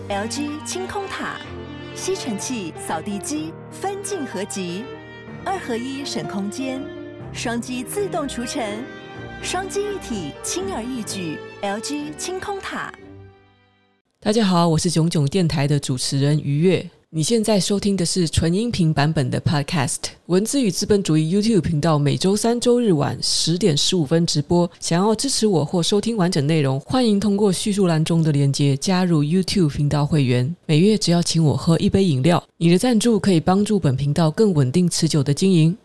LG 清空塔，吸尘器、扫地机分镜合集，2合1省空间，双击自动除尘，双击一体轻而易举。LG 清空塔。 大家好，我是囧囧电台的主持人于月。你现在收听的是纯音频版本的 Podcast 文字与资本主义 YouTube 频道，每周3周日晚10点15分直播。想要支持我或收听完整内容，欢迎通过叙述栏中的连结加入 YouTube 频道会员。每月只要请我喝一杯饮料，你的赞助可以帮助本频道更稳定持久的经营。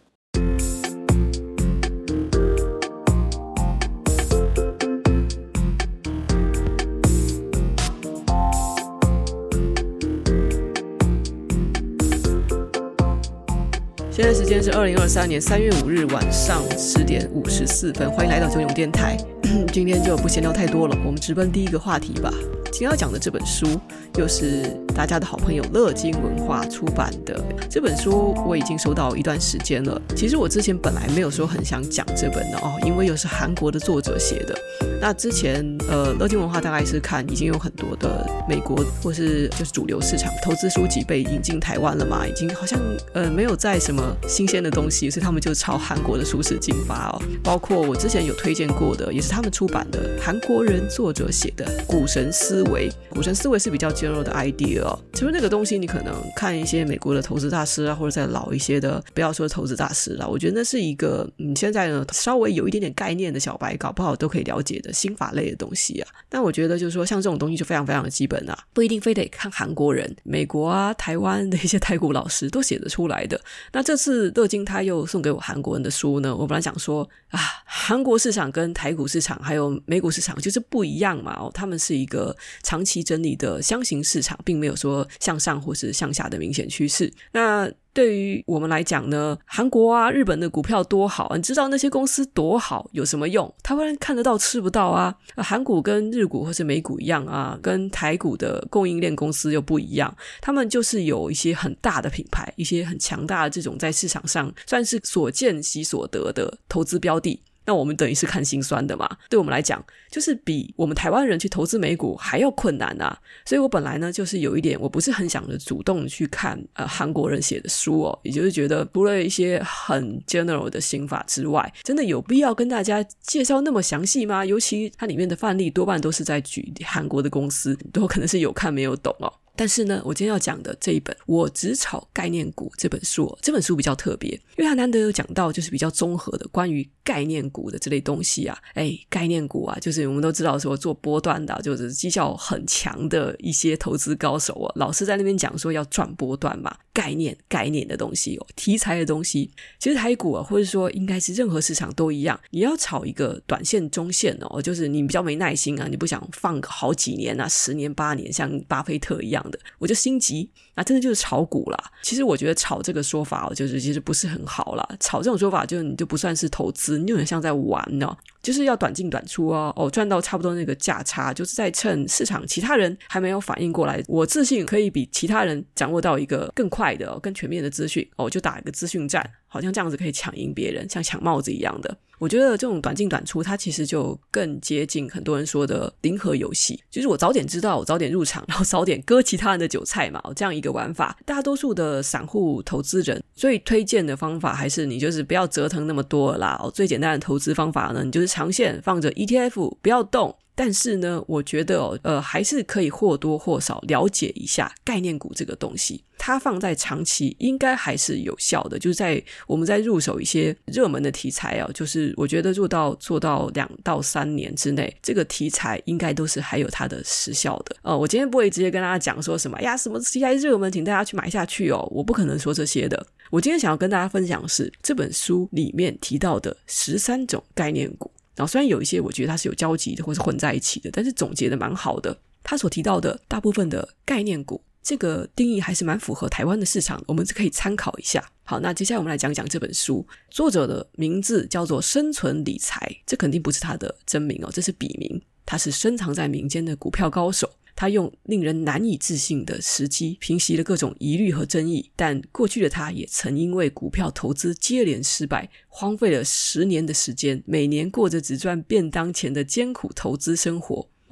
现在时间是2023年3月5日晚上10点54分，欢迎来到囧囧电台。今天就不闲聊太多了，我们直奔第一个话题吧。今天要讲的这本书又是大家的好朋友乐金文化出版的。这本书我已经收到一段时间了，其实我之前本来没有说很想讲这本的因为又是韩国的作者写的。那之前乐金文化大概是看已经有很多的美国或是就是主流市场投资书籍被引进台湾了嘛，已经好像没有在什么新鲜的东西，所以他们就朝韩国的书市进发包括我之前有推荐过的，也是他们出版的韩国人作者写的《股神思维》。股神思维是比较 general 的 idea 其实那个东西你可能看一些美国的投资大师或者再老一些的，不要说投资大师啦，我觉得那是一个现在呢稍微有一点点概念的小白搞不好都可以了解的心法类的东西但我觉得就是说像这种东西就非常非常的基本不一定非得看韩国人，美国台湾的一些台股老师都写得出来的。那这次乐金他又送给我韩国人的书呢，我本来想说韩国市场跟台股市场还有美股市场就是不一样嘛他们是一个长期整理的箱型市场，并没有说向上或是向下的明显趋势。那对于我们来讲呢，韩国日本的股票多好你知道那些公司多好有什么用？台湾人看得到吃不到韩股跟日股或是美股一样跟台股的供应链公司又不一样，他们就是有一些很大的品牌，一些很强大的这种在市场上算是所见即所得的投资标的。那我们等于是看心酸的嘛，对我们来讲就是比我们台湾人去投资美股还要困难所以我本来呢就是有一点我不是很想的主动去看韩国人写的书也就是觉得除了一些很 general 的心法之外，真的有必要跟大家介绍那么详细吗？尤其它里面的范例多半都是在举韩国的公司，都可能是有看没有懂但是呢我今天要讲的这一本我只炒概念股这本书这本书比较特别，因为它难得有讲到就是比较综合的关于概念股的这类东西概念股就是我们都知道说做波段的就是绩效很强的一些投资高手老师在那边讲说要赚波段嘛，概念的东西题材的东西，其实台股或者说应该是任何市场都一样，你要炒一个短线中线就是你比较没耐心你不想放个好几年10年8年像巴菲特一样的我就心急真的就是炒股啦。其实我觉得炒这个说法就是其实不是很好啦，炒这种说法就你就不算是投资，你就很像在玩就是要短进短出赚到差不多那个价差，就是在趁市场其他人还没有反应过来，我自信可以比其他人掌握到一个更快的更全面的资讯就打一个资讯战，好像这样子可以抢赢别人，像抢帽子一样的。我觉得这种短进短出它其实就更接近很多人说的零和游戏，就是我早点知道我早点入场，然后早点割其他人的韭菜嘛这样一个玩法。大多数的散户投资人最推荐的方法还是你就是不要折腾那么多了啦最简单的投资方法呢，你就是长线放着 ETF 不要动，但是呢我觉得还是可以或多或少了解一下概念股这个东西，它放在长期应该还是有效的，就是我们在入手一些热门的题材就是我觉得做到2到3年之内，这个题材应该都是还有它的时效的我今天不会直接跟大家讲说什么什么题材热门请大家去买下去我不可能说这些的。我今天想要跟大家分享的是这本书里面提到的13种概念股，然后虽然有一些我觉得它是有交集的或是混在一起的，但是总结的蛮好的。他所提到的大部分的概念股这个定义还是蛮符合台湾的市场，我们可以参考一下。好，那接下来我们来讲讲这本书。作者的名字叫做生存理财，这肯定不是他的真名这是笔名，他是深藏在民间的股票高手。他用令人难以置信的时机平息了各种疑虑和争议，但过去的他也曾因为股票投资接连失败，荒废了10年的时间，每年过着只赚便当钱的艰苦投资生活。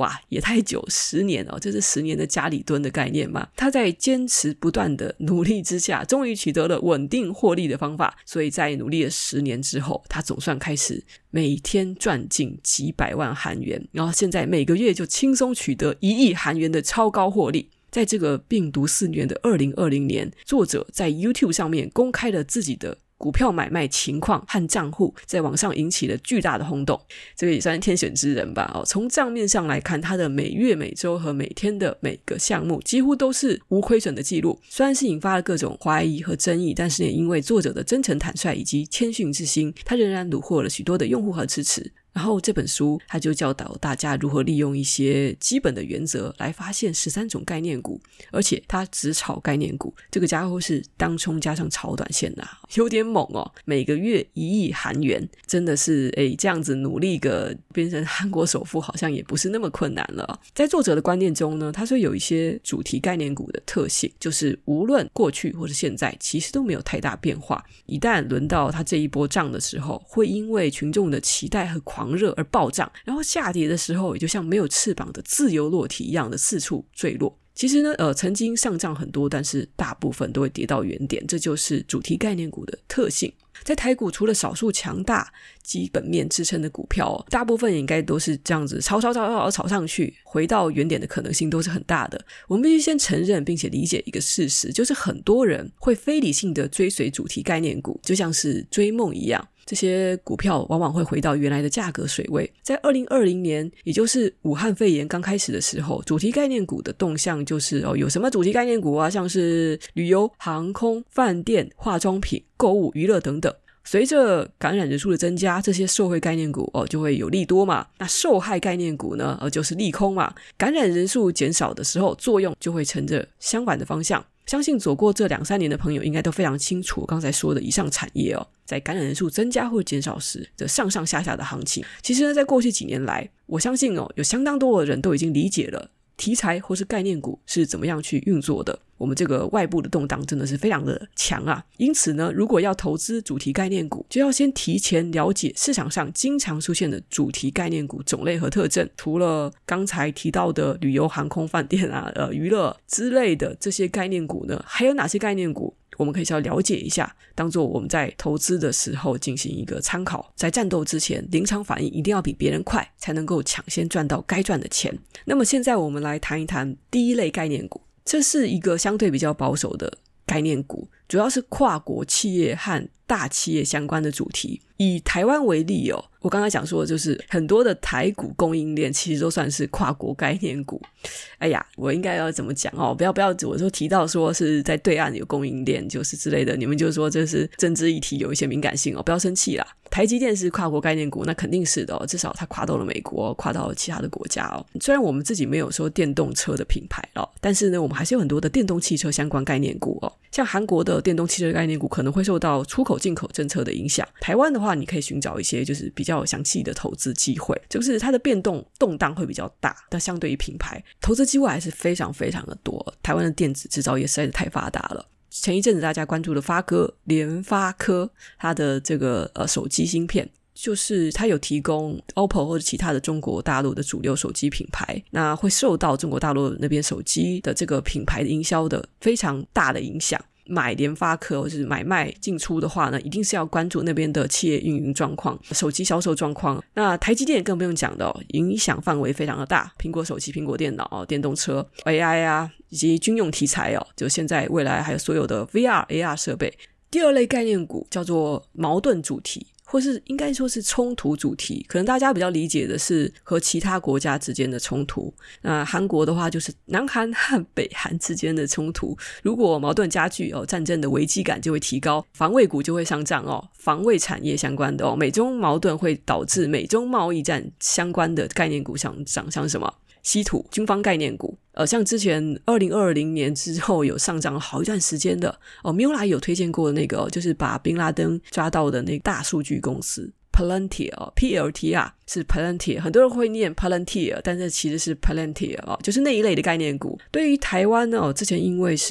哇，也太久，10年哦，这是10年的家里蹲的概念嘛。他在坚持不断的努力之下，终于取得了稳定获利的方法，所以在努力了10年之后，他总算开始每天赚进几百万韩元，然后现在每个月就轻松取得1亿韩元的超高获利。在这个病毒肆虐的2020年，作者在 YouTube 上面公开了自己的股票买卖情况和账户，在网上引起了巨大的轰动。这个也算是天选之人吧。从账面上来看，他的每月、每周和每天的每个项目几乎都是无亏损的记录。虽然是引发了各种怀疑和争议，但是也因为作者的真诚坦率以及谦逊之心，他仍然虏获了许多的用户和支持。然后这本书他就教导大家如何利用一些基本的原则来发现13种概念股，而且他只炒概念股，这个家伙是当冲加上炒短线啊，有点猛哦。每个月1亿韩元，真的是这样子努力个变成韩国首富好像也不是那么困难了。在作者的观念中呢，他说有一些主题概念股的特性，就是无论过去或是现在其实都没有太大变化，一旦轮到他这一波涨的时候，会因为群众的期待和狂热而暴涨，然后下跌的时候也就像没有翅膀的自由落体一样的四处坠落。其实呢曾经上涨很多，但是大部分都会跌到原点，这就是主题概念股的特性。在台股除了少数强大基本面支撑的股票大部分应该都是这样子炒上去，回到原点的可能性都是很大的。我们必须先承认并且理解一个事实，就是很多人会非理性的追随主题概念股，就像是追梦一样。这些股票往往会回到原来的价格水位。在2020年，也就是武汉肺炎刚开始的时候，主题概念股的动向就是有什么主题概念股啊，像是旅游、航空、饭店、化妆品、购物、娱乐等等。随着感染人数的增加，这些受惠概念股就会有利多嘛，那受害概念股呢就是利空嘛。感染人数减少的时候，作用就会呈着相反的方向。相信走过这2-3年的朋友应该都非常清楚我刚才说的以上产业在感染人数增加或减少时的上上下下的行情。其实呢，在过去几年来，我相信有相当多的人都已经理解了题材或是概念股是怎么样去运作的。我们这个外部的动荡真的是非常的强啊，因此呢，如果要投资主题概念股，就要先提前了解市场上经常出现的主题概念股种类和特征。除了刚才提到的旅游、航空、饭店娱乐之类的这些概念股呢，还有哪些概念股我们可以稍微了解一下，当做我们在投资的时候进行一个参考。在战斗之前，临场反应一定要比别人快，才能够抢先赚到该赚的钱。那么现在我们来谈一谈第一类概念股，这是一个相对比较保守的概念股，主要是跨国企业和大企业相关的主题。以台湾为例我刚才讲说就是很多的台股供应链其实都算是跨国概念股。哎呀，我应该要怎么讲不要我说提到说是在对岸有供应链就是之类的，你们就说这是政治议题有一些敏感性不要生气啦。台积电是跨国概念股，那肯定是的至少它跨到了美国，跨到了其他的国家虽然我们自己没有说电动车的品牌但是呢，我们还是有很多的电动汽车相关概念股像韩国的电动汽车概念股可能会受到出口进口政策的影响。台湾的话，你可以寻找一些就是比较详细的投资机会，就是它的动荡会比较大，但相对于品牌投资机会还是非常非常的多。台湾的电子制造业实在是太发达了。前一阵子大家关注的联发科，它的这个手机芯片，就是它有提供 OPPO 或者其他的中国大陆的主流手机品牌，那会受到中国大陆那边手机的这个品牌的营销的非常大的影响。买联发科或是买卖进出的话呢，一定是要关注那边的企业运营状况、手机销售状况。那台积电更不用讲的影响范围非常的大，苹果手机、苹果电脑、电动车、AI 以及军用题材就现在未来还有所有的 VR、AR 设备。第二类概念股叫做矛盾主题，或是应该说是冲突主题，可能大家比较理解的是和其他国家之间的冲突。那韩国的话就是南韩和北韩之间的冲突，如果矛盾加剧战争的危机感就会提高，防卫股就会上涨防卫产业相关的美中矛盾会导致美中贸易战相关的概念股上涨，像什么稀土、军方概念股像之前2020年之后有上涨了好一段时间的Mula 有推荐过的那个就是把宾拉登抓到的那个大数据公司Palantir PLTR 是 Palantir， 很多人会念 Palantir， 但是其实是 Palantir 就是那一类的概念股。对于台湾之前因为是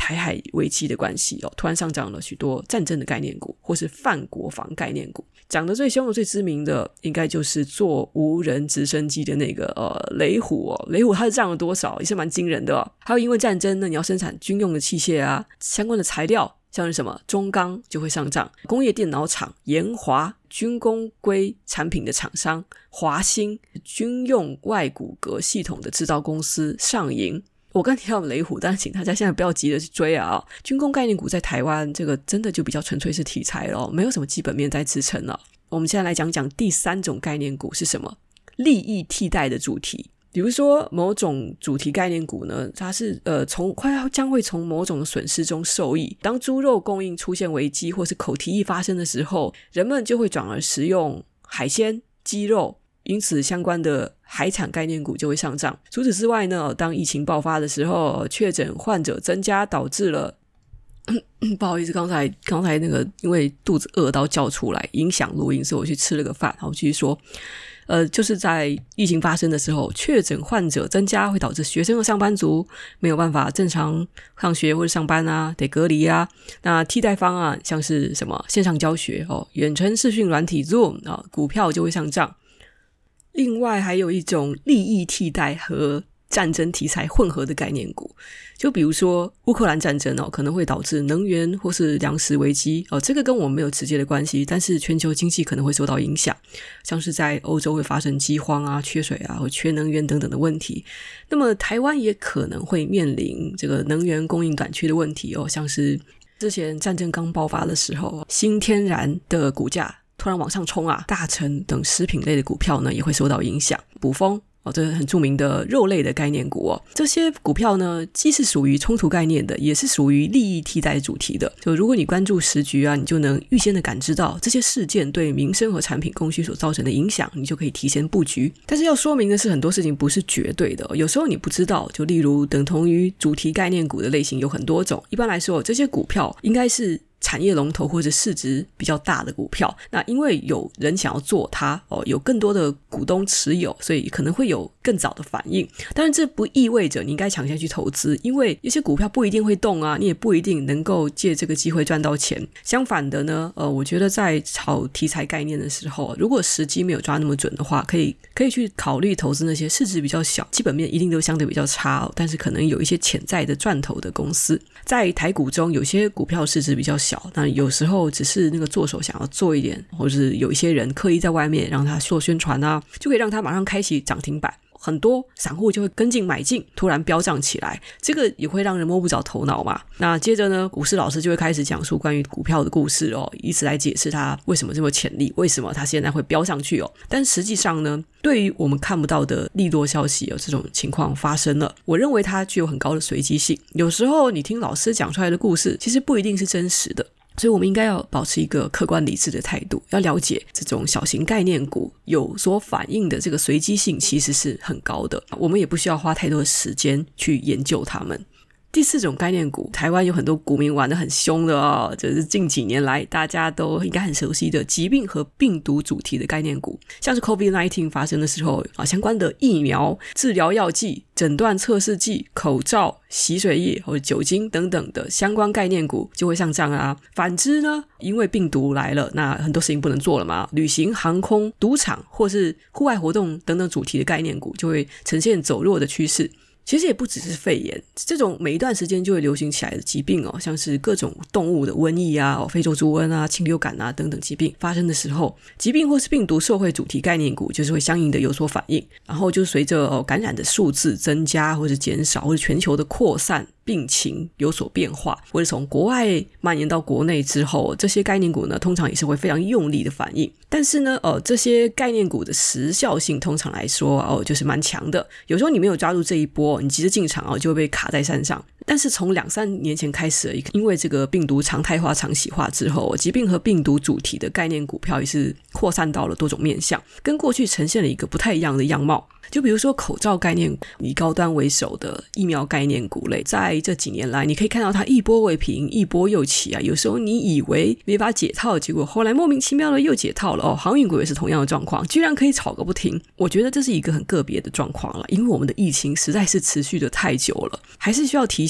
台海危机的关系突然上涨了许多战争的概念股或是泛国防概念股。讲得最凶的最知名的应该就是做无人直升机的那个雷虎雷虎它是涨了多少也是蛮惊人的还有因为战争呢，你要生产军用的器械啊，相关的材料像是什么中钢就会上涨，工业电脑厂研华，军工规产品的厂商华兴，军用外骨骼系统的制造公司上银。我刚提到雷虎，但是请大家现在不要急着去追啊军工概念股在台湾这个真的就比较纯粹是题材了没有什么基本面在支撑了。我们现在来讲讲第3种概念股是什么，利益替代的主题。比如说某种主题概念股呢，它是将会从某种损失中受益，当猪肉供应出现危机或是口蹄疫发生的时候，人们就会转而食用海鲜鸡肉，因此相关的海产概念股就会上涨。除此之外呢，当疫情爆发的时候，确诊患者增加导致了不好意思，刚才那个因为肚子饿到叫出来影响录音，所以我去吃了个饭。好，继续说就是在疫情发生的时候，确诊患者增加会导致学生和上班族没有办法正常上学或者上班啊，得隔离啊。那替代方案像是什么线上教学远程视讯软体 Zoom 股票就会上涨。另外还有一种利益替代和战争题材混合的概念股，就比如说乌克兰战争可能会导致能源或是粮食危机这个跟我们没有直接的关系，但是全球经济可能会受到影响，像是在欧洲会发生饥荒啊、缺水啊或缺能源等等的问题。那么台湾也可能会面临这个能源供应短缺的问题像是之前战争刚爆发的时候，新天然的股价突然往上冲啊，大成等食品类的股票呢也会受到影响。捕风这是很著名的肉类的概念股这些股票呢既是属于冲突概念的，也是属于利益替代主题的。就如果你关注时局啊，你就能预先的感知到这些事件对民生和产品供需所造成的影响，你就可以提前布局。但是要说明的是，很多事情不是绝对的有时候你不知道，就例如等同于主题概念股的类型有很多种，一般来说这些股票应该是产业龙头或者市值比较大的股票，那因为有人想要做它有更多的股东持有，所以可能会有更早的反应。当然这不意味着你应该抢先去投资，因为一些股票不一定会动啊，你也不一定能够借这个机会赚到钱。相反的呢我觉得在炒题材概念的时候，如果时机没有抓那么准的话，可以去考虑投资那些市值比较小，基本面一定都相对比较差但是可能有一些潜在的赚头的公司。在台股中有些股票市值比较小，那有时候只是那个做手想要做一点，或是有一些人刻意在外面让他做宣传啊，就可以让他马上开启涨停板，很多散户就会跟进买进，突然飙涨起来，这个也会让人摸不着头脑嘛。那接着呢，股市老师就会开始讲述关于股票的故事以此来解释它为什么这么潜力，为什么它现在会飙上去但实际上呢，对于我们看不到的利多消息这种情况发生了，我认为它具有很高的随机性。有时候你听老师讲出来的故事其实不一定是真实的，所以我们应该要保持一个客观理智的态度，要了解这种小型概念股有所反应的这个随机性其实是很高的，我们也不需要花太多的时间去研究它们。第4种概念股，台湾有很多股民玩得很凶的这是近几年来大家都应该很熟悉的疾病和病毒主题的概念股，像是 COVID-19 发生的时候相关的疫苗、治疗药剂、诊断测试剂、口罩、洗水液或者酒精等等的相关概念股就会上涨啊。反之呢，因为病毒来了，那很多事情不能做了嘛，旅行、航空、赌场或是户外活动等等主题的概念股就会呈现走弱的趋势。其实也不只是肺炎，这种每一段时间就会流行起来的疾病像是各种动物的瘟疫啊、非洲猪瘟啊、禽流感啊等等疾病发生的时候，疾病或是病毒社会主题概念股就是会相应的有所反应，然后就随着感染的数字增加或者减少，或者全球的扩散病情有所变化，或者从国外蔓延到国内之后，这些概念股呢通常也是会非常用力的反应。但是呢这些概念股的时效性通常来说就是蛮强的，有时候你没有抓住这一波，你急着进场就会被卡在山上。但是从2-3年前开始，因为这个病毒常态化、常习化之后，疾病和病毒主题的概念股票也是扩散到了多种面向，跟过去呈现了一个不太一样的样貌。就比如说口罩概念股，以高端为首的疫苗概念股类，在这几年来你可以看到它一波未平一波又起啊。有时候你以为没法解套，结果后来莫名其妙的又解套了航运股也是同样的状况，居然可以炒个不停。我觉得这是一个很个别的状况了，因为我们的疫情实在是持续的太久了，还是需要提醒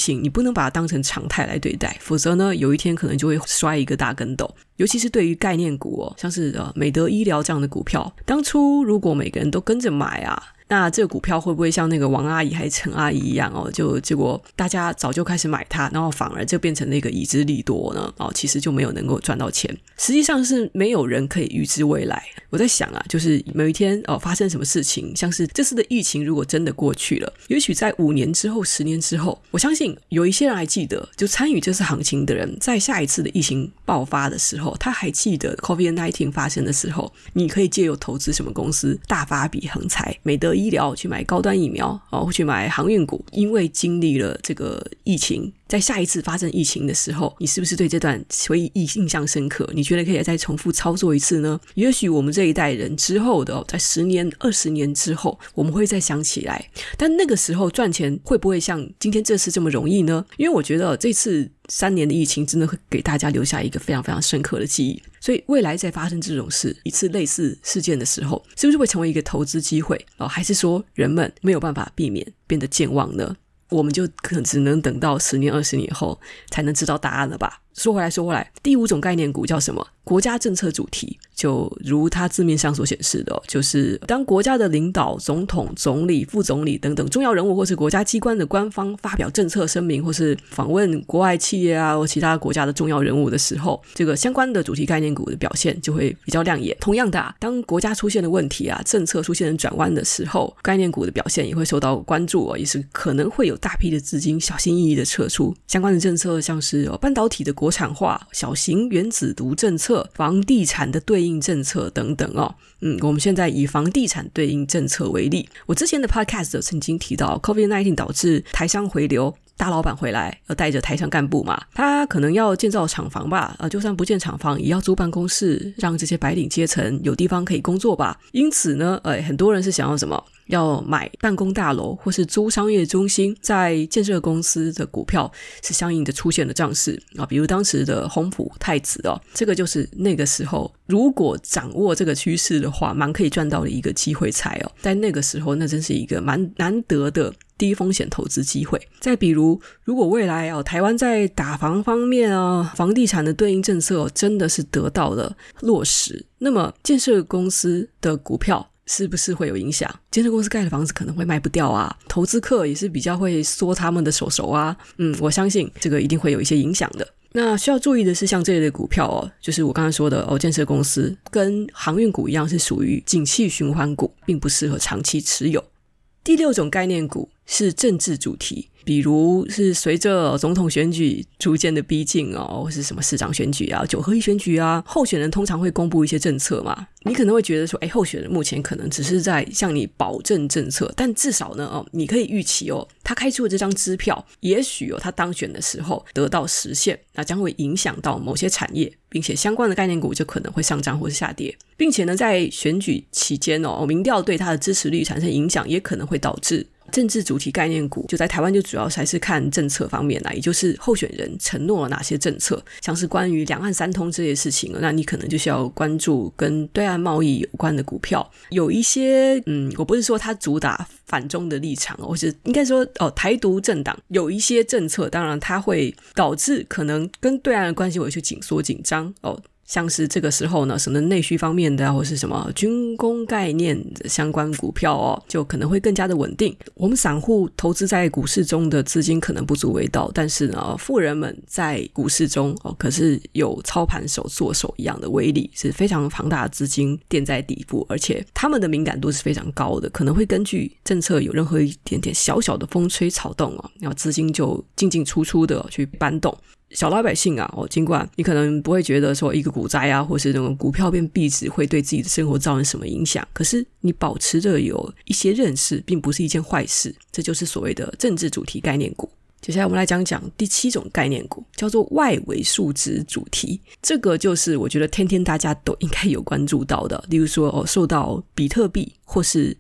情你不能把它当成常态来对待，否则呢有一天可能就会摔一个大跟斗。尤其是对于概念股像是美德医疗这样的股票，当初如果每个人都跟着买啊，那这个股票会不会像那个王阿姨还是陈阿姨一样就结果大家早就开始买它，然后反而就变成那个已知利多呢其实就没有能够赚到钱。实际上是没有人可以预知未来。我在想就是某一天发生什么事情，像是这次的疫情如果真的过去了，也许在5年之后10年之后，我相信有一些人还记得，就参与这次行情的人，在下一次的疫情爆发的时候，他还记得 COVID-19 发生的时候，你可以借由投资什么公司大发笔横财，美德医疗去买高端疫苗或去买航运股。因为经历了这个疫情，在下一次发生疫情的时候，你是不是对这段回忆印象深刻？你觉得可以再重复操作一次呢？也许我们这一代人之后的在10年20年之后，我们会再想起来，但那个时候赚钱会不会像今天这次这么容易呢？因为我觉得这次3年的疫情真的会给大家留下一个非常非常深刻的记忆，所以未来再发生这种事，一次类似事件的时候，是不是会成为一个投资机会还是说人们没有办法避免变得健忘呢？我们就可能只能等到10年20年后才能知道答案了吧。说回来，第5种概念股叫什么？国家政策主题。就如它字面上所显示的就是当国家的领导、总统、总理、副总理等等重要人物或是国家机关的官方发表政策声明，或是访问国外企业或其他国家的重要人物的时候，这个相关的主题概念股的表现就会比较亮眼。同样的当国家出现了问题政策出现了转弯的时候，概念股的表现也会受到关注也是可能会有大批的资金小心翼翼的撤出。相关的政策像是半导体的国产化、小型原子毒政策、房地产的对应政策等等我们现在以房地产对应政策为例，我之前的 podcast 曾经提到 COVID-19 导致台商回流，大老板回来要带着台商干部嘛，他可能要建造厂房吧就算不建厂房也要租办公室，让这些白领阶层有地方可以工作吧。因此呢很多人是想要什么，要买办公大楼或是租商业中心，在建设公司的股票是相应的出现了涨势比如当时的宏普、太子这个就是那个时候如果掌握这个趋势的话蛮可以赚到的一个机会财在那个时候那真是一个蛮难得的低风险投资机会。再比如如果未来台湾在打房方面房地产的对应政策真的是得到了落实，那么建设公司的股票是不是会有影响？建设公司盖的房子可能会卖不掉投资客也是比较会缩他们的手我相信这个一定会有一些影响的。那需要注意的是，像这类的股票就是我刚才说的建设公司跟航运股一样是属于景气循环股，并不适合长期持有。第6种概念股是政治主题，比如是随着总统选举逐渐的逼近或是什么市长选举9合1选举候选人通常会公布一些政策嘛，你可能会觉得说候选人目前可能只是在向你保证政策，但至少呢你可以预期他开出的这张支票也许他当选的时候得到实现，那将会影响到某些产业，并且相关的概念股就可能会上涨或是下跌，并且呢在选举期间民调对它的支持率产生影响，也可能会导致政治主题概念股就在台湾就主要还是看政策方面也就是候选人承诺了哪些政策，像是关于两岸三通这些事情那你可能就需要关注跟对岸贸易有关的股票。有一些我不是说它主打反中的立场或是应该说台独政党有一些政策，当然它会导致可能跟对岸的关系会去紧缩紧张像是这个时候呢，什么内需方面的或是什么军工概念的相关股票就可能会更加的稳定。我们散户投资在股市中的资金可能不足为道，但是呢富人们在股市中可是有操盘手做手一样的威力，是非常庞大的资金垫在底部，而且他们的敏感度是非常高的，可能会根据政策有任何一点点小小的风吹草动然后资金就进进出出的去搬动。小老百姓尽管你可能不会觉得说一个股灾或是那种股票变币值会对自己的生活造成什么影响，可是你保持着有一些认识并不是一件坏事，这就是所谓的政治主题概念股。接下来我们来讲讲第7种概念股，叫做外围数值主题。这个就是我觉得天天大家都应该有关注到的，例如说受到比特币或是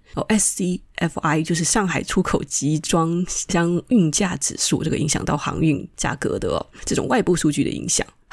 SCFI 就是上海出口集装箱运价指数这个影响到航运价格的这种外部数据的影响。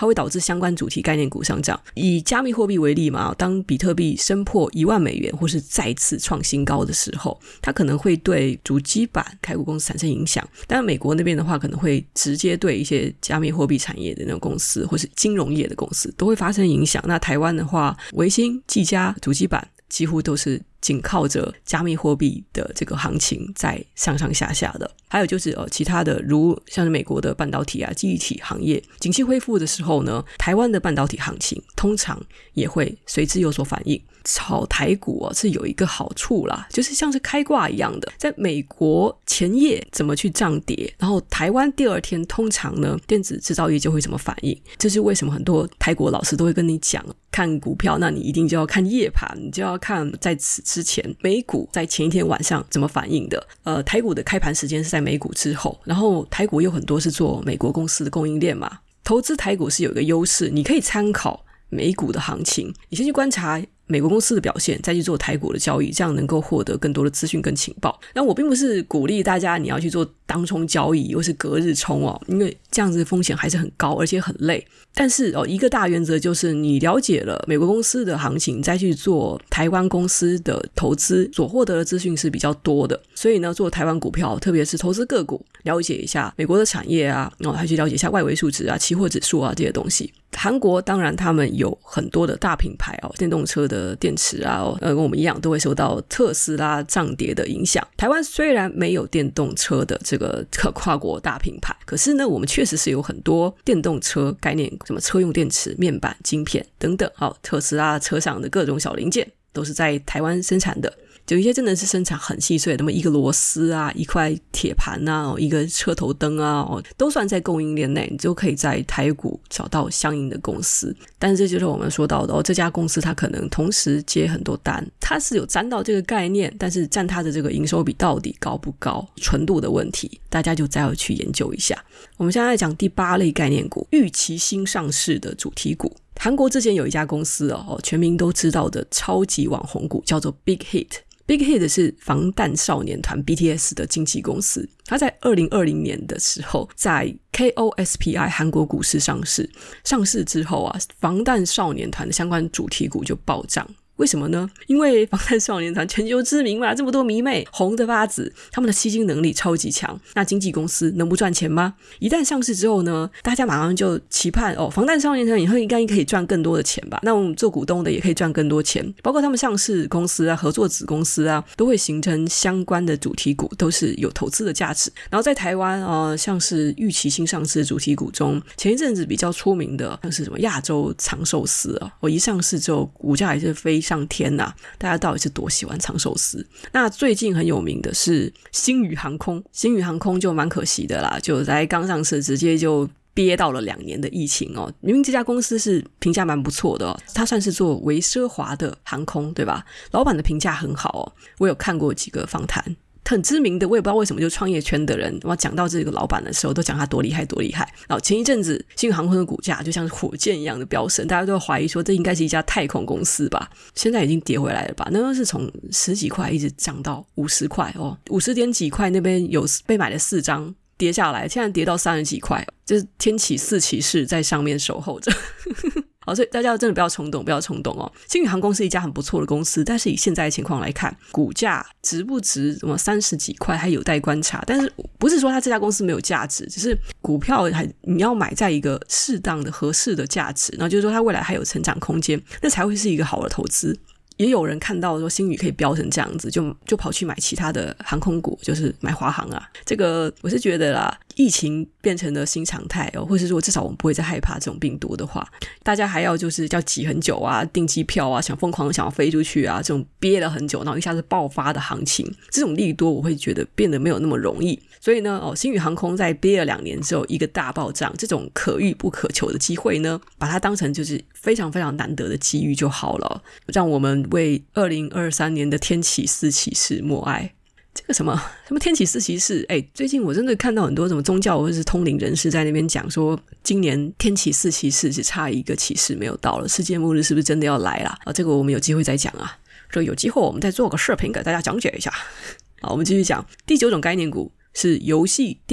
它会导致相关主题概念股上涨。以加密货币为例嘛，当比特币升破1万美元或是再次创新高的时候，它可能会对主机板开股公司产生影响。当然美国那边的话可能会直接对一些加密货币产业的那种公司或是金融业的公司都会发生影响。那台湾的话，微星、技嘉、主机板几乎都是紧靠着加密货币的这个行情在上上下下的。还有就是其他的如像是美国的半导体啊、记忆体行业景气恢复的时候呢，台湾的半导体行情通常也会随之有所反应。炒台股是有一个好处啦，就是像是开挂一样的，在美国前夜怎么去涨跌，然后台湾第二天通常呢电子制造业就会怎么反应。这是为什么很多台国老师都会跟你讲，看股票那你一定就要看夜盘，你就要看在此之前美股在前一天晚上怎么反应的。台股的开盘时间是在美股之后，然后台股有很多是做美国公司的供应链嘛，投资台股是有一个优势，你可以参考美股的行情，你先去观察美国公司的表现，再去做台股的交易，这样能够获得更多的资讯跟情报。那我并不是鼓励大家你要去做当冲交易或是隔日冲因为这样子的风险还是很高，而且很累。但是一个大原则就是你了解了美国公司的行情，再去做台湾公司的投资，所获得的资讯是比较多的。所以呢，做台湾股票，特别是投资个股，了解一下美国的产业啊，还去了解一下外围数值啊、期货指数啊这些东西。韩国当然他们有很多的大品牌电动车的电池啊跟我们一样都会受到特斯拉涨跌的影响。台湾虽然没有电动车的这个跨国大品牌，可是呢我们确实是有很多电动车概念，什么车用电池、面板、晶片等等特斯拉车上的各种小零件都是在台湾生产的。有一些真的是生产很细碎的，那么一个螺丝啊、一块铁盘啊、一个车头灯啊都算在供应链内，你就可以在台股找到相应的公司。但是这就是我们说到的这家公司它可能同时接很多单，它是有沾到这个概念，但是占它的这个营收比到底高不高，纯度的问题大家就再要去研究一下。我们现在来讲第8类概念股，预期新上市的主题股。韩国之前有一家公司全民都知道的超级网红股，叫做 Big Hit。Big Hit 是防弹少年团 BTS 的经纪公司，它在2020年的时候在 KOSPI 韩国股市上市。上市之后防弹少年团的相关主题股就暴涨。为什么呢？因为防弹少年团全球知名嘛，这么多迷妹，红的发紫，他们的吸金能力超级强。那经纪公司能不赚钱吗？一旦上市之后呢，大家马上就期盼防弹少年团以后应该可以赚更多的钱吧。那我们做股东的也可以赚更多钱，包括他们上市公司啊、合作子公司啊，都会形成相关的主题股，都是有投资的价值。然后在台湾像是预期新上市的主题股中，前一阵子比较出名的像是什么亚洲长寿司一上市之后股价也是飞上天大家到底是多喜欢长寿司。那最近很有名的是星宇航空，星宇航空就蛮可惜的啦，就在刚上市直接就憋到了2年的疫情明明这家公司是评价蛮不错的它算是做微奢华的航空对吧，老板的评价很好我有看过几个访谈，很知名的，我也不知道为什么就创业圈的人我讲到这个老板的时候都讲他多厉害多厉害。然后前一阵子星宇航空的股价就像是火箭一样的飙升，大家都怀疑说这应该是一家太空公司吧，现在已经跌回来了吧，那都是从10几块一直涨到50块50点几块那边有被买了4张跌下来，现在跌到30几块，就是天启4骑士在上面守候着好，所以大家真的不要冲动星宇航空是一家很不错的公司，但是以现在的情况来看，股价值不值什么30几块还有待观察。但是不是说它这家公司没有价值，只是股票你要买在一个适当的合适的价值，然后就是说它未来还有成长空间，那才会是一个好的投资。也有人看到说星宇可以飙成这样子，就跑去买其他的航空股，就是买华航这个我是觉得啦，疫情变成了新常态或是说至少我们不会再害怕这种病毒的话，大家还要就是要挤很久订机票想疯狂想要飞出去这种憋了很久然后一下子爆发的行情，这种利多我会觉得变得没有那么容易。所以呢星宇航空在憋了2年之后一个大暴涨，这种可遇不可求的机会呢，把它当成就是非常非常难得的机遇就好了，让我们为2023年的天启4骑士默哀。这个什么天启4骑士最近我真的看到很多什么宗教或者是通灵人士在那边讲说今年天启4骑士只差一个骑士没有到了，世界末日是不是真的要来啦这个我们有机会再讲所以有机会我们再做个视频给大家讲解一下。好，我们继续讲第9种概念股是游戏、电影、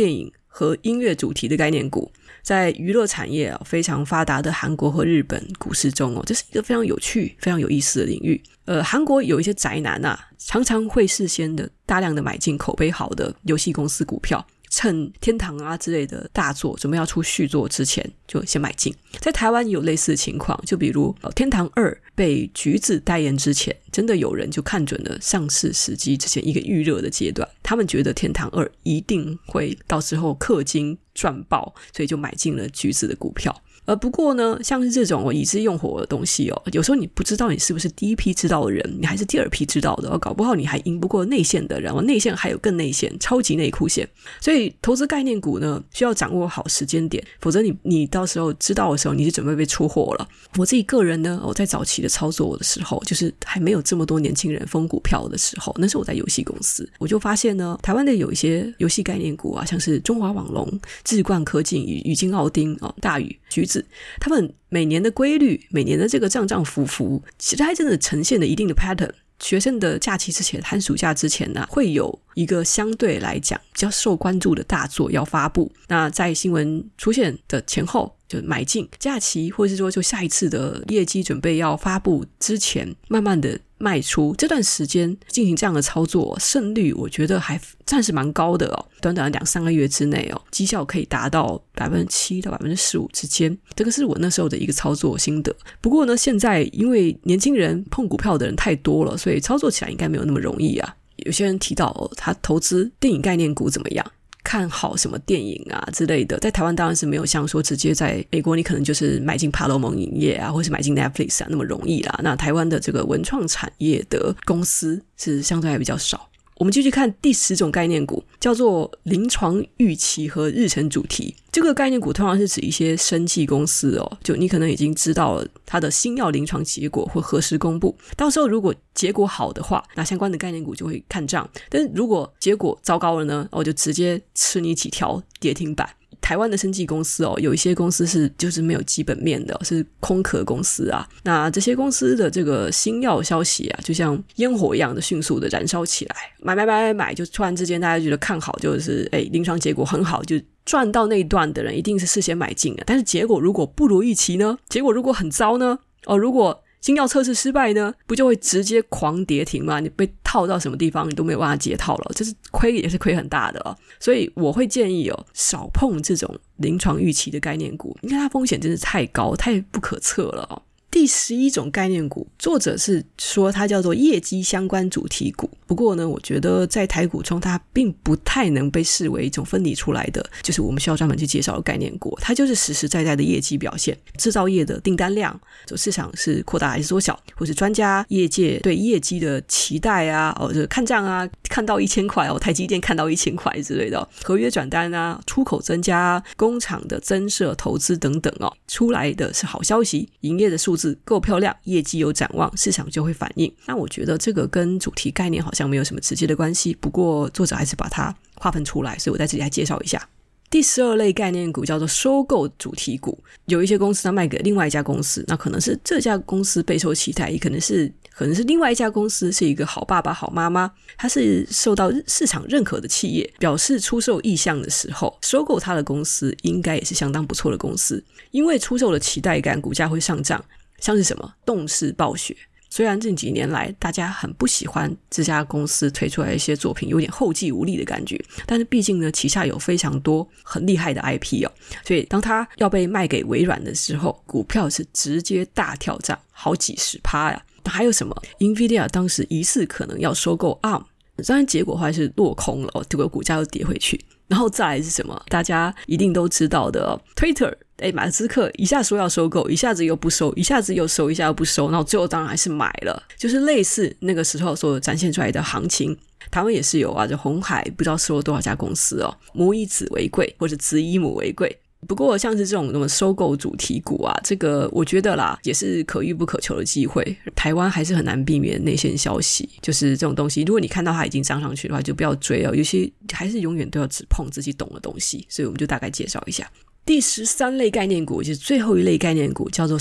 和音乐主题的概念股。在娱乐产业非常发达的韩国和日本股市中这是一个非常有趣非常有意思的领域。韩国有一些宅男常常会事先的大量的买进口碑好的游戏公司股票，趁天堂之类的大作准备要出续作之前就先买进。在台湾有类似的情况，就比如天堂2被橘子代言之前，真的有人就看准了上市时机之前一个预热的阶段，他们觉得天堂2一定会到时候氪金赚爆，所以就买进了橘子的股票。不过呢，像是这种已知用火的东西有时候你不知道你是不是第一批知道的人，你还是第二批知道的搞不好你还赢不过内线的人，内线还有更内线超级内裤线。所以投资概念股呢，需要掌握好时间点，否则你到时候知道的时候，你就准备被出货了。我自己个人呢，我在早期的操作的时候，就是还没有这么多年轻人疯股票的时候，那是我在游戏公司，我就发现呢，台湾的有一些游戏概念股像是中华网龙、智冠科技、宇晶奥丁、大宇、橘子，他们每年的规律，每年的这个涨涨浮浮，其实还真的呈现了一定的 pattern。学生的假期之前，寒暑假之前会有一个相对来讲比较受关注的大作要发布，那在新闻出现的前后就买进，假期或是说就下一次的业绩准备要发布之前慢慢的卖出，这段时间进行这样的操作，胜率我觉得还暂时蛮高的短短的2-3个月之内绩效可以达到 7% 到 15% 之间，这个是我那时候的一个操作心得。不过呢，现在因为年轻人碰股票的人太多了，所以操作起来应该没有那么容易有些人提到他投资电影概念股怎么样，看好什么电影之类的，在台湾当然是没有像说直接在美国你可能就是买进帕洛蒙影业或是买进 Netflix 那么容易啦。那台湾的这个文创产业的公司是相对还比较少。我们继续看第10种概念股，叫做临床预期和日程主题。这个概念股通常是指一些生技公司就你可能已经知道了它的新药临床结果会何时公布，到时候如果结果好的话，那相关的概念股就会看涨，但是如果结果糟糕了呢，就直接吃你几条跌停板。台湾的生技公司有一些公司是就是没有基本面的，是空壳公司那这些公司的这个新药消息就像烟火一样的迅速的燃烧起来，买，就突然之间大家觉得看好，就是临床结果很好，就赚到那一段的人一定是事先买进的。但是结果如果不如预期呢，结果如果很糟呢，如果新药测试失败呢，不就会直接狂跌停吗？你被套到什么地方你都没有办法解套了，这是亏也是亏很大的所以我会建议少碰这种临床预期的概念股，因为它风险真是太高太不可测了第11种概念股，作者是说它叫做业绩相关主题股，不过呢，我觉得在台股中它并不太能被视为一种分离出来的，就是我们需要专门去介绍的概念股，它就是实实在在的业绩表现，制造业的订单量，市场是扩大还是缩小，或是专家业界对业绩的期待就是看涨看到1000块台积电看到1000块之类的合约转单出口增加工厂的增设投资等等出来的是好消息，营业的数字够漂亮，业绩有展望，市场就会反应。那我觉得这个跟主题概念好像没有什么直接的关系，不过作者还是把它划分出来，所以我在这里来介绍一下。第12类概念股叫做收购主题股，有一些公司它卖给另外一家公司，那可能是这家公司备受期待，也可能是另外一家公司是一个好爸爸好妈妈，它是受到市场认可的企业，表示出售意向的时候，收购它的公司应该也是相当不错的公司，因为出售的期待感，股价会上涨。像是什么动视暴雪，虽然这几年来大家很不喜欢这家公司推出来一些作品有点后继无力的感觉，但是毕竟呢旗下有非常多很厉害的 IP 所以当它要被卖给微软的时候，股票是直接大跳涨好几10%还有什么 Nvidia 当时疑似可能要收购 ARM， 当然结果还是落空了结果股价又跌回去。然后再来是什么大家一定都知道的 Twitter，马斯克一下说要收购，一下子又不收，一下子又收，一下又不收，然后最后当然还是买了，就是类似那个时候所展现出来的行情。台湾也是有就鸿海不知道收了多少家公司母以子为贵，或者子以母为贵。不过像是这种什么收购主题股这个我觉得啦也是可遇不可求的机会，台湾还是很难避免内线消息，就是这种东西如果你看到它已经涨上去的话就不要追有些还是永远都要只碰自己懂的东西，所以我们就大概介绍一下。第13类概念股就是最后一类概念股，叫做什么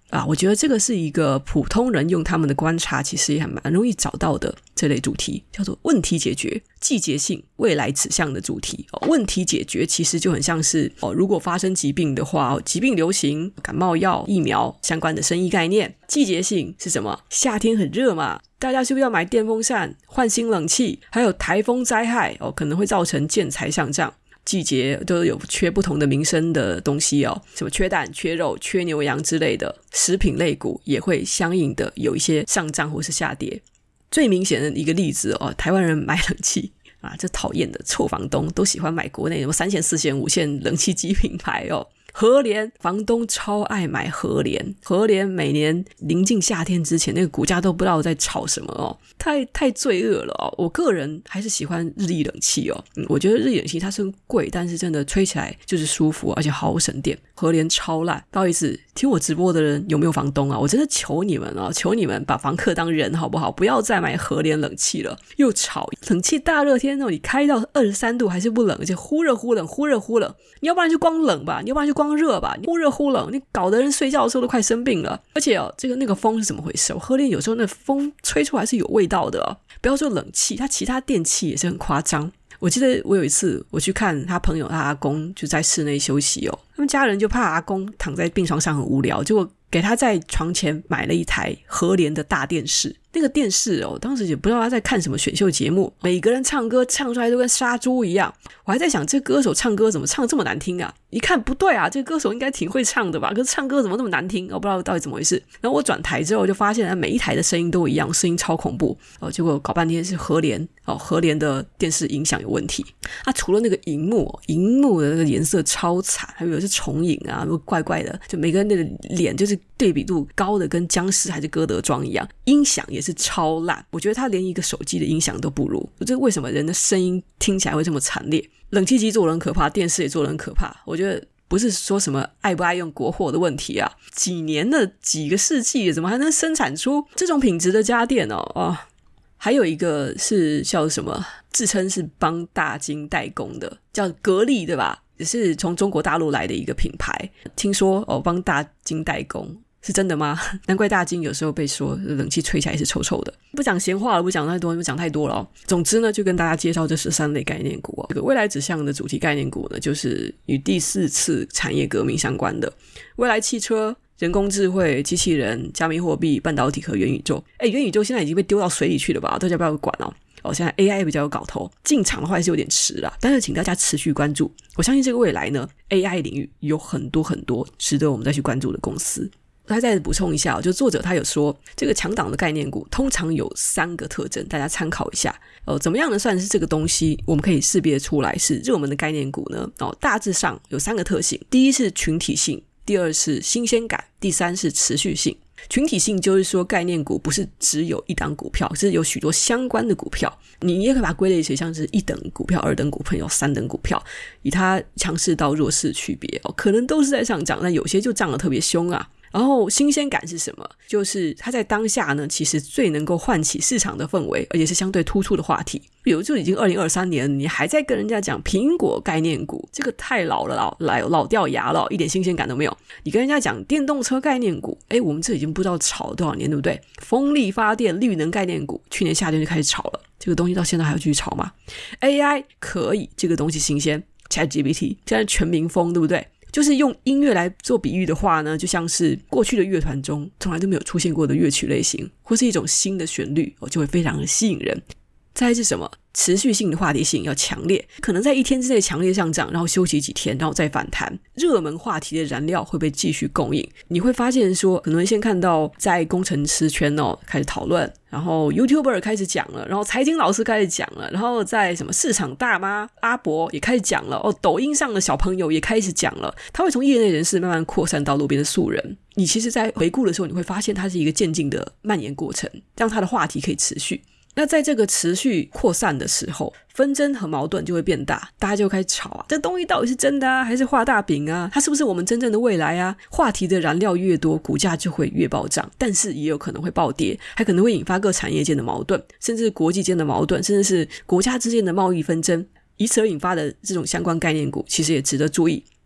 我觉得这个是一个普通人用他们的观察其实也还蛮容易找到的这类主题，叫做问题解决、季节性、未来指向的主题。问题解决其实就很像是如果发生疾病的话，疾病流行、感冒药、疫苗相关的生意概念。季节性是什么？夏天很热嘛，大家是不是要买电风扇、换新冷气？还有台风灾害可能会造成建材上涨。季节都有缺不同的民生的东西什么缺蛋、缺肉、缺牛羊之类的，食品类股也会相应的有一些上涨或是下跌。最明显的一个例子台湾人买冷气这讨厌的臭房东都喜欢买国内什么3线、4线、5线冷气机品牌和联房东超爱买和联每年临近夏天之前那个股价都不知道在炒什么太罪恶了我个人还是喜欢日立冷气我觉得日立冷气它是贵，但是真的吹起来就是舒服，而且好省电。和联超烂，不好意思，听我直播的人有没有房东我真的求你们求你们把房客当人好不好？不要再买和联冷气了，又吵，冷气大热天你开到23度还是不冷，而且忽热忽冷忽热忽冷，你要不然就光冷吧，你要不然就光热吧，忽热忽冷，你搞得人睡觉的时候都快生病了。而且那个风是怎么回事？和联有时候那风吹出来是有味道的不要说冷气，它其他电器也是很夸张。我记得我有一次我去看他朋友，他阿公就在室内休息他们家人就怕阿公躺在病床上很无聊，结果给他在床前买了一台和联的大电视。那个电视当时也不知道他在看什么选秀节目，每个人唱歌唱出来都跟杀猪一样。我还在想这歌手唱歌怎么唱这么难听啊，一看不对这个歌手应该挺会唱的吧，可是唱歌怎么那么难听，我不知道到底怎么回事。然后我转台之后就发现每一台的声音都一样，声音超恐怖结果搞半天是和联和联的电视音响有问题。除了那个荧幕的那个颜色超惨，还有是重影怪怪的，就每个人的脸就是对比度高的跟僵尸还是歌德庄一样。音响也是超烂，我觉得他连一个手机的音响都不如。这为什么人的声音听起来会这么惨烈？冷气机做得很可怕，电视也做得很可怕。我觉得不是说什么爱不爱用国货的问题几年的几个世纪怎么还能生产出这种品质的家电还有一个是叫什么，自称是帮大金代工的，叫格力对吧？也是从中国大陆来的一个品牌。听说帮大金代工是真的吗？难怪大金有时候被说冷气吹起来是臭臭的。不讲闲话了，不讲太多，讲太多了总之呢，就跟大家介绍这13类概念股这个未来指向的主题概念股呢，就是与第4次产业革命相关的未来汽车、人工智慧、机器人、加密货币、半导体和元宇宙。元宇宙现在已经被丢到水里去了吧，大家不要管现在 AI 比较有搞头，进场的话还是有点迟啦，但是请大家持续关注。我相信这个未来呢 AI 领域有很多很多值得我们再去关注的公司。他再补充一下就作者他有说这个强档的概念股通常有3个特征，大家参考一下怎么样呢算是这个东西我们可以识别出来是热门的概念股呢大致上有3个特性。第一是群体性，第二是新鲜感，第三是持续性。群体性就是说概念股不是只有一档股票，是有许多相关的股票，你也可以把它归类成像是1等股票、2等股票、3等股票，以它强势到弱势区别可能都是在上涨，但有些就涨得特别凶然后新鲜感是什么？就是它在当下呢其实最能够唤起市场的氛围，而且是相对突出的话题。比如就已经2023年你还在跟人家讲苹果概念股，这个太老了老掉牙了，一点新鲜感都没有。你跟人家讲电动车概念股我们这已经不知道炒了多少年对不对？风力发电绿能概念股去年夏天就开始炒了，这个东西到现在还要继续炒吗？ AI 可以，这个东西新鲜， ChatGPT 现在全民风对不对？就是用音乐来做比喻的话呢，就像是过去的乐团中从来都没有出现过的乐曲类型，或是一种新的旋律就会非常的吸引人。再来是什么？持续性的话题性要强烈，可能在1天之内强烈上涨，然后休息几天，然后再反弹。热门话题的燃料会被继续供应。你会发现说可能先看到在工程师圈开始讨论，然后 YouTuber 开始讲了，然后财经老师开始讲了，然后在什么市场大妈阿伯也开始讲了抖音上的小朋友也开始讲了。他会从业内人士慢慢扩散到路边的素人。你其实在回顾的时候你会发现它是一个渐进的蔓延过程，让它的话题可以持续。那在这个持续扩散的时候，纷争和矛盾就会变大，大家就开始吵这东西到底是真的还是画大饼它是不是我们真正的未来话题的燃料越多，股价就会越暴涨，但是也有可能会暴跌，还可能会引发各产业间的矛盾，甚至国际间的矛盾，甚至是国家之间的贸易纷争。以此而引发的这种相关概念股其实也值得注意。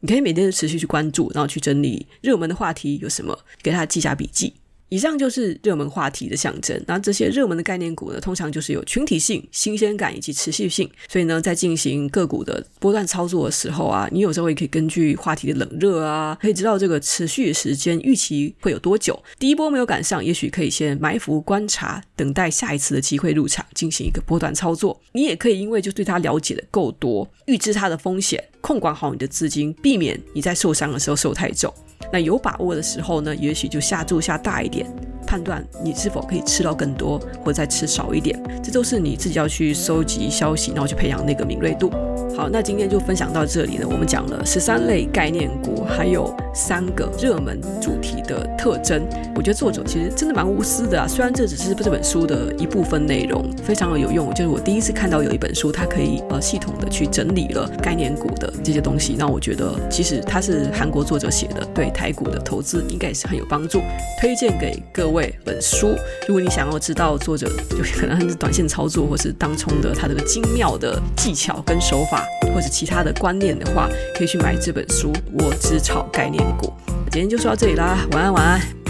你可以每天持续去关注，然后去整理热门的话题有什么，给它记下笔记。以上就是热门话题的象征，那这些热门的概念股呢，通常就是有群体性、新鲜感以及持续性，所以呢，在进行个股的波段操作的时候啊，你有时候也可以根据话题的冷热啊，可以知道这个持续的时间预期会有多久。第一波没有赶上，也许可以先埋伏观察，等待下一次的机会入场，进行一个波段操作。你也可以因为就对它了解的够多，预知它的风险，控管好你的资金，避免你在受伤的时候受太重。那有把握的时候呢，也许就下注下大一点，判断你是否可以吃到更多，或者再吃少一点，这都是你自己要去收集消息，然后去培养那个敏锐度。好，那今天就分享到这里呢。我们讲了13类概念股，还有3个热门主题的特征。我觉得作者其实真的蛮无私的啊，虽然这只是这本书的一部分内容，非常的有用。就是我第一次看到有一本书，它可以系统的去整理了概念股的这些东西。那我觉得其实它是韩国作者写的，对台股的投资应该也是很有帮助。推荐给各位本书，如果你想要知道作者就可能是短线操作，或是当冲的他的精妙的技巧跟手法，或者其他的观念的话，可以去买这本书《我只炒概念股》。今天就说到这里啦，晚安晚安。